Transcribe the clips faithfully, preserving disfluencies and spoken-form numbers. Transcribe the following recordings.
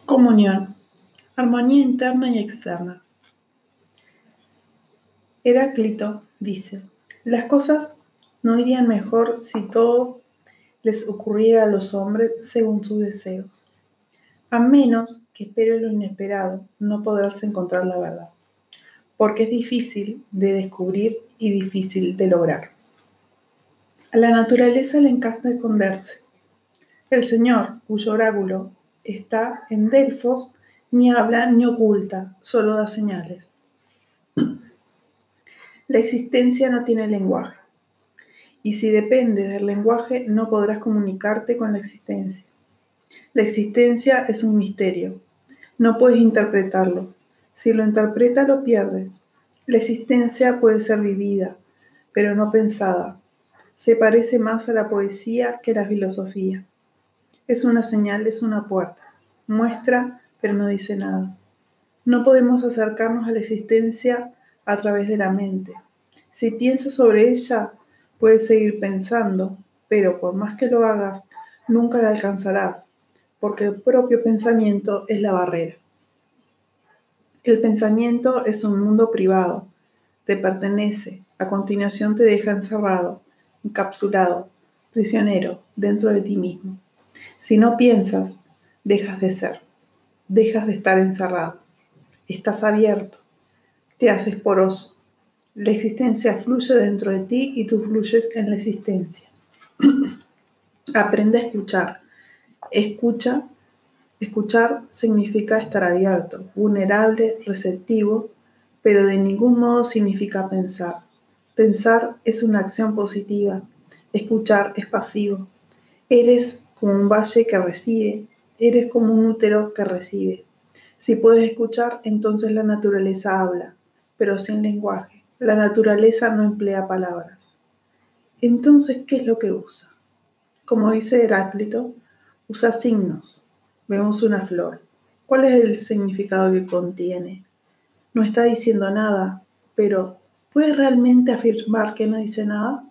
Comunión, armonía interna y externa. Heráclito dice, las cosas no irían mejor si todo les ocurriera a los hombres según sus deseos. A menos que espere lo inesperado, no podrás encontrar la verdad, porque es difícil de descubrir y difícil de lograr. A la naturaleza le encanta esconderse. El Señor, cuyo oráculo está en Delfos, ni habla ni oculta, solo da señales. La existencia no tiene lenguaje, y si depende del lenguaje no podrás comunicarte con la existencia. La existencia es un misterio, no puedes interpretarlo. Si lo interpretas lo pierdes. La existencia puede ser vivida, pero no pensada. Se parece más a la poesía que a la filosofía. Es una señal, es una puerta. Muestra, pero no dice nada. No podemos acercarnos a la existencia a través de la mente. Si piensas sobre ella, puedes seguir pensando, pero por más que lo hagas, nunca la alcanzarás, porque el propio pensamiento es la barrera. El pensamiento es un mundo privado, te pertenece, a continuación te deja encerrado, encapsulado, prisionero, dentro de ti mismo. Si no piensas, dejas de ser, dejas de estar encerrado, estás abierto, te haces poroso. La existencia fluye dentro de ti y tú fluyes en la existencia. Aprende a escuchar. Escucha. Escuchar significa estar abierto, vulnerable, receptivo, pero de ningún modo significa pensar. Pensar es una acción positiva. Escuchar es pasivo. Eres como un valle que recibe. Eres como un útero que recibe. Si puedes escuchar, entonces la naturaleza habla, pero sin lenguaje. La naturaleza no emplea palabras. Entonces, ¿qué es lo que usa? Como dice Heráclito, usa signos. Vemos una flor. ¿Cuál es el significado que contiene? No está diciendo nada, pero ¿puedes realmente afirmar que no dice nada?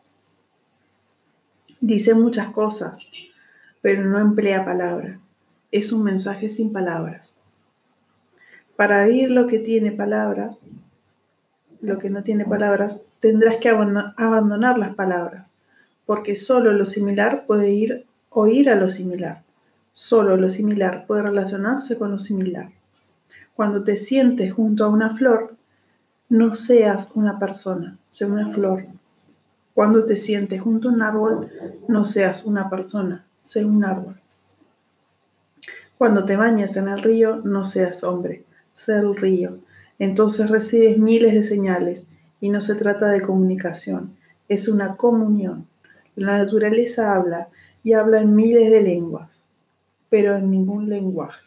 Dice muchas cosas, pero no emplea palabras. Es un mensaje sin palabras. Para oír lo que tiene palabras, lo que no tiene palabras, tendrás que abandonar las palabras, porque solo lo similar puede ir, oír a lo similar. Solo lo similar puede relacionarse con lo similar. Cuando te sientes junto a una flor, no seas una persona, sé una flor. Cuando te sientes junto a un árbol, no seas una persona, sé un árbol. Cuando te bañas en el río, no seas hombre, sé el río. Entonces recibes miles de señales y no se trata de comunicación, es una comunión. La naturaleza habla y habla en miles de lenguas, pero en ningún lenguaje.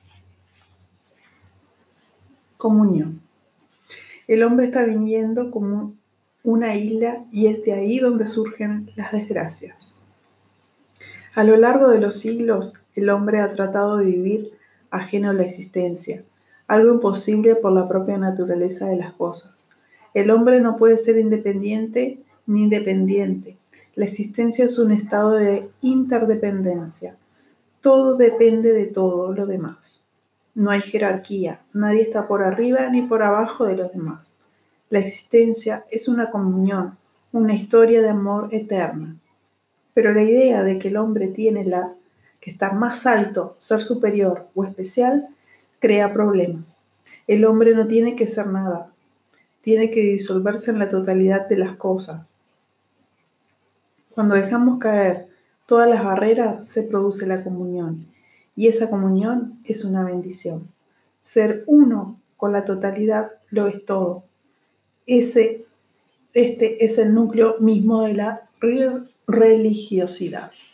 Comunión. El hombre está viviendo como una isla y es de ahí donde surgen las desgracias. A lo largo de los siglos, el hombre ha tratado de vivir ajeno a la existencia, algo imposible por la propia naturaleza de las cosas. El hombre no puede ser independiente ni independiente. La existencia es un estado de interdependencia. Todo depende de todo lo demás. No hay jerarquía, nadie está por arriba ni por abajo de los demás. La existencia es una comunión, una historia de amor eterna. Pero la idea de que el hombre tiene la, que estar más alto, ser superior o especial, crea problemas. El hombre no tiene que ser nada, tiene que disolverse en la totalidad de las cosas. Cuando dejamos caer todas las barreras, se produce la comunión, y esa comunión es una bendición. Ser uno con la totalidad lo es todo. Ese, este es el núcleo mismo de la religiosidad.